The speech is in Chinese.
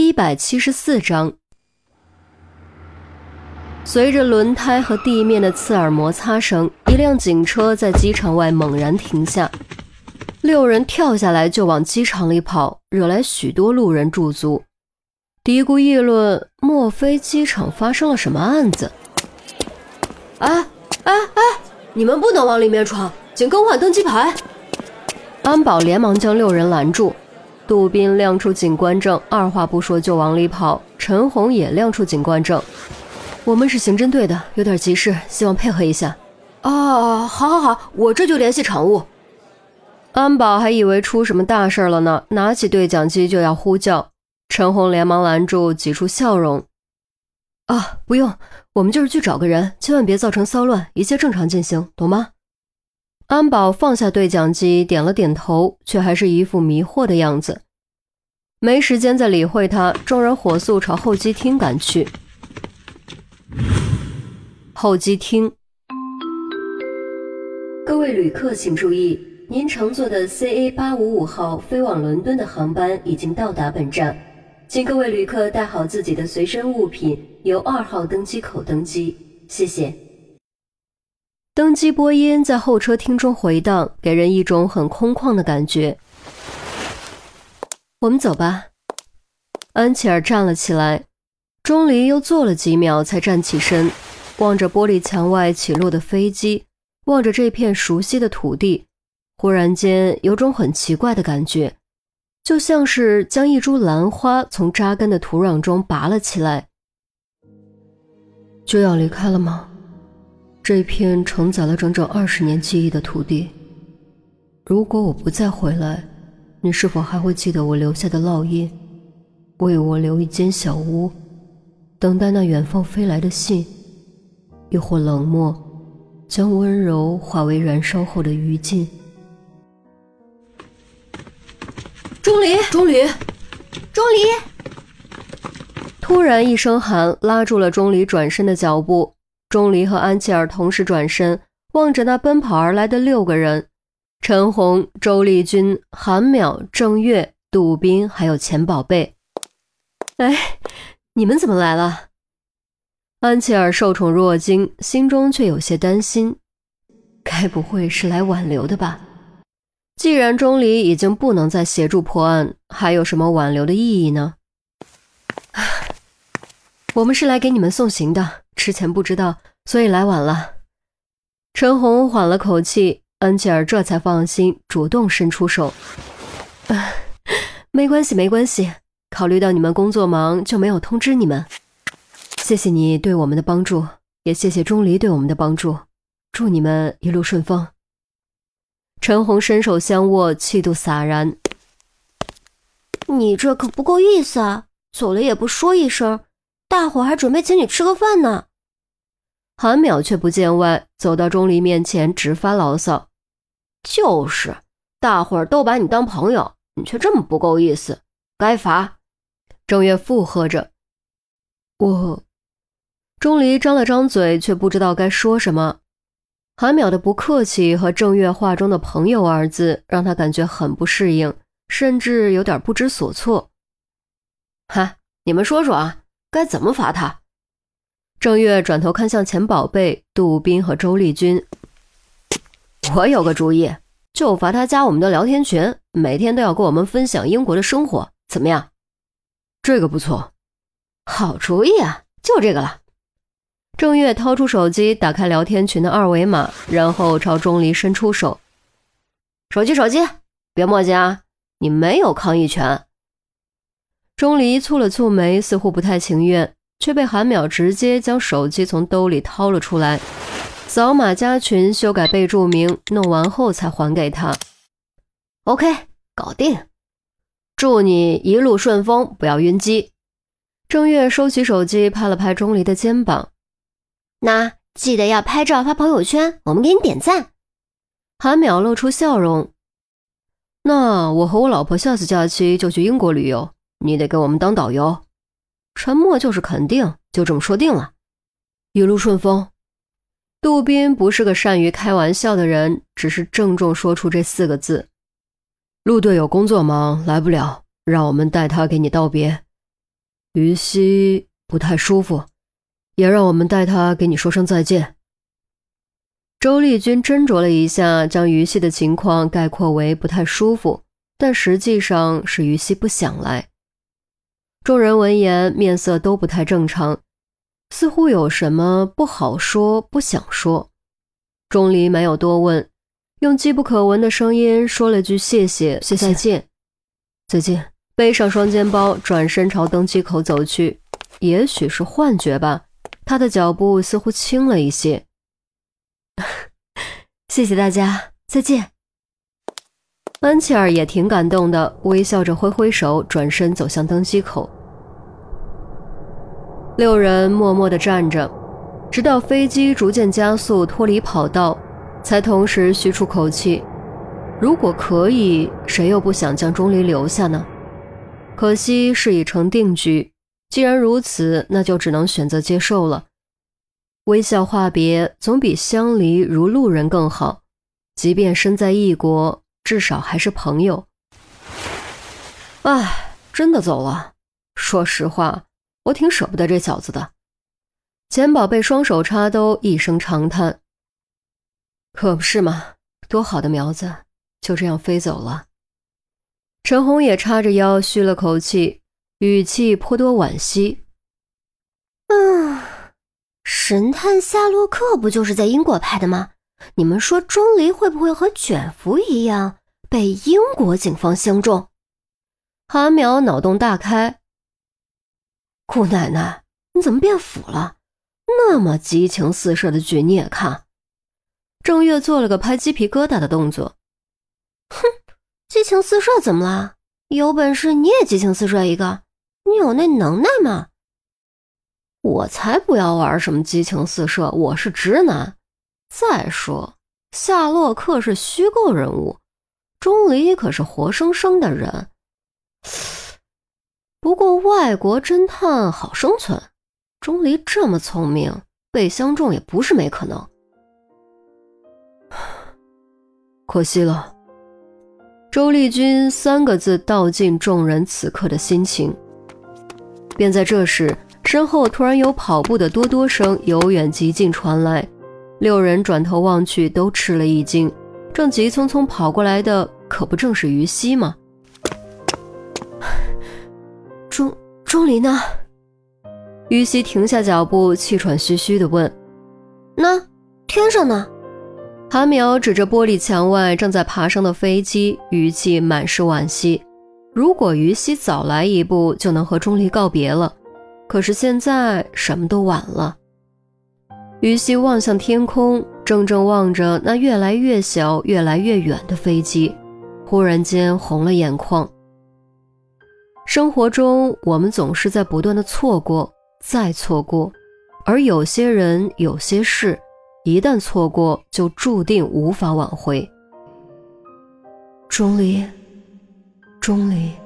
第174章。随着轮胎和地面的刺耳摩擦声，一辆警车在机场外猛然停下，6人跳下来就往机场里跑，惹来许多路人驻足，嘀咕议论，莫非机场发生了什么案子？ 你们不能往里面闯，请更换登机牌。 安保连忙将6人拦住，杜斌亮出警官证，二话不说就往里跑，陈红也亮出警官证。我们是刑侦队的，有点急事，希望配合一下。 好，我这就联系场务。 安保还以为出什么大事了呢，拿起对讲机就要呼叫，陈红连忙拦住，挤出笑容。不用，我们就是去找个人，千万别造成骚乱，一切正常进行，懂吗？安保放下对讲机，点了点头，却还是一副迷惑的样子。没时间再理会他，众人火速朝候机厅赶去。候机厅，各位旅客请注意，您乘坐的 CA855 号飞往伦敦的航班已经到达本站，请各位旅客带好自己的随身物品，由2号登机口登机，谢谢。登机播音在候车厅中回荡，给人一种很空旷的感觉。我们走吧。安琪儿站了起来，钟离又坐了几秒才站起身，望着玻璃墙外起落的飞机，望着这片熟悉的土地，忽然间有种很奇怪的感觉，就像是将一株兰花从扎根的土壤中拔了起来。就要离开了吗？这片承载了整整20年记忆的土地，如果我不再回来，你是否还会记得我留下的烙印，为我留一间小屋，等待那远方飞来的信，亦或冷漠，将温柔化为燃烧后的余烬？ 钟离！ 突然一声喊拉住了钟离转身的脚步，钟离和安琪儿同时转身，望着那奔跑而来的6个人，陈红、周丽君、韩淼、郑月、杜斌还有钱宝贝。你们怎么来了？安琪儿受宠若惊，心中却有些担心，该不会是来挽留的吧？既然钟离已经不能再协助破案，还有什么挽留的意义呢？我们是来给你们送行的，之前不知道，所以来晚了。陈红缓了口气，安琪儿这才放心，主动伸出手。没关系，考虑到你们工作忙，就没有通知你们。谢谢你对我们的帮助，也谢谢钟离对我们的帮助，祝你们一路顺风。陈红伸手相握，气度洒然。 你这可不够意思啊，走了也不说一声，大伙还准备请你吃个饭呢。 韩淼却不见外，走到钟离面前直发牢骚。 就是，大伙儿都把你当朋友，你却这么不够意思，该罚。 郑月附和着。钟离张了张嘴，却不知道该说什么。韩淼的不客气和郑月话中的朋友2字让他感觉很不适应，甚至有点不知所措。 你们说说啊，该怎么罚他？ 郑月转头看向钱宝贝、杜斌和周丽君。 我有个主意，就罚他加我们的聊天群，每天都要跟我们分享英国的生活，怎么样？ 这个不错。 好主意啊，就这个了。 郑月掏出手机，打开聊天群的2维码，然后朝钟离伸出手。 手机，别墨迹啊，你没有抗议权。 钟离蹙了蹙眉，似乎不太情愿，却被韩淼直接将手机从兜里掏了出来，扫码加群，修改备注名，弄完后才还给他。 OK， 搞定，祝你一路顺风，不要晕机。 郑月收起手机，拍了拍钟离的肩膀。 那记得要拍照发朋友圈，我们给你点赞。 韩淼露出笑容。那我和我老婆下次假期就去英国旅游，你得给我们当导游。沉默就是肯定，就这么说定了。一路顺风。杜斌不是个善于开玩笑的人，只是郑重说出这4个字。陆队有工作忙，来不了，让我们代他给你道别。 于西不太舒服，也让我们带他给你说声再见。周丽君斟酌了一下，将于西的情况概括为不太舒服，但实际上是于西不想来。众人闻言面色都不太正常，似乎有什么不好说不想说。钟离没有多问，用机不可闻的声音说了句谢谢再见。再见，背上双肩包转身朝登机口走去。也许是幻觉吧，他的脚步似乎轻了一些。 谢谢大家，再见。 安琪儿也挺感动的，微笑着挥挥手，转身走向登机口。6人默默地站着，直到飞机逐渐加速脱离跑道，才同时吁出口气。如果可以，谁又不想将钟离留下呢？可惜事已成定局，既然如此，那就只能选择接受了。微笑话别，总比相离如路人更好。即便身在异国，至少还是朋友。唉，真的走了。说实话，我挺舍不得这小子的。钱宝被双手插兜，一声长叹。可不是嘛，多好的苗子，就这样飞走了。陈红也叉着腰吁了口气，语气颇多惋惜。 神探夏洛克不就是在英国拍的吗？你们说钟离会不会和卷福一样被英国警方相中？ 韩苗脑洞大开。 姑奶奶，你怎么变腐了？那么激情四射的剧你也看？ 郑月做了个拍鸡皮疙瘩的动作。 哼，激情四射怎么了？有本事你也激情四射一个，你有那能耐吗？ 我才不要玩什么激情四射，我是直男。再说，夏洛克是虚构人物，钟离可是活生生的人。不过外国侦探好生存，钟离这么聪明，被相中也不是没可能。可惜了。周丽君3个字道尽众人此刻的心情。便在这时，身后突然有跑步的哆哆声由远及近传来，6人转头望去，都吃了一惊。正急匆匆跑过来的，可不正是于西吗？ 钟离呢？ 于西停下脚步，气喘吁吁地问：“ 那天上呢？” 韩苗指着玻璃墙外正在爬升的飞机，语气满是惋惜。如果于西早来一步，就能和钟离告别了。可是现在什么都晚了。于西望向天空，怔怔望着那越来越小、越来越远的飞机，忽然间红了眼眶。生活中，我们总是在不断的错过，再错过，而有些人、有些事，一旦错过，就注定无法挽回。钟离，钟离。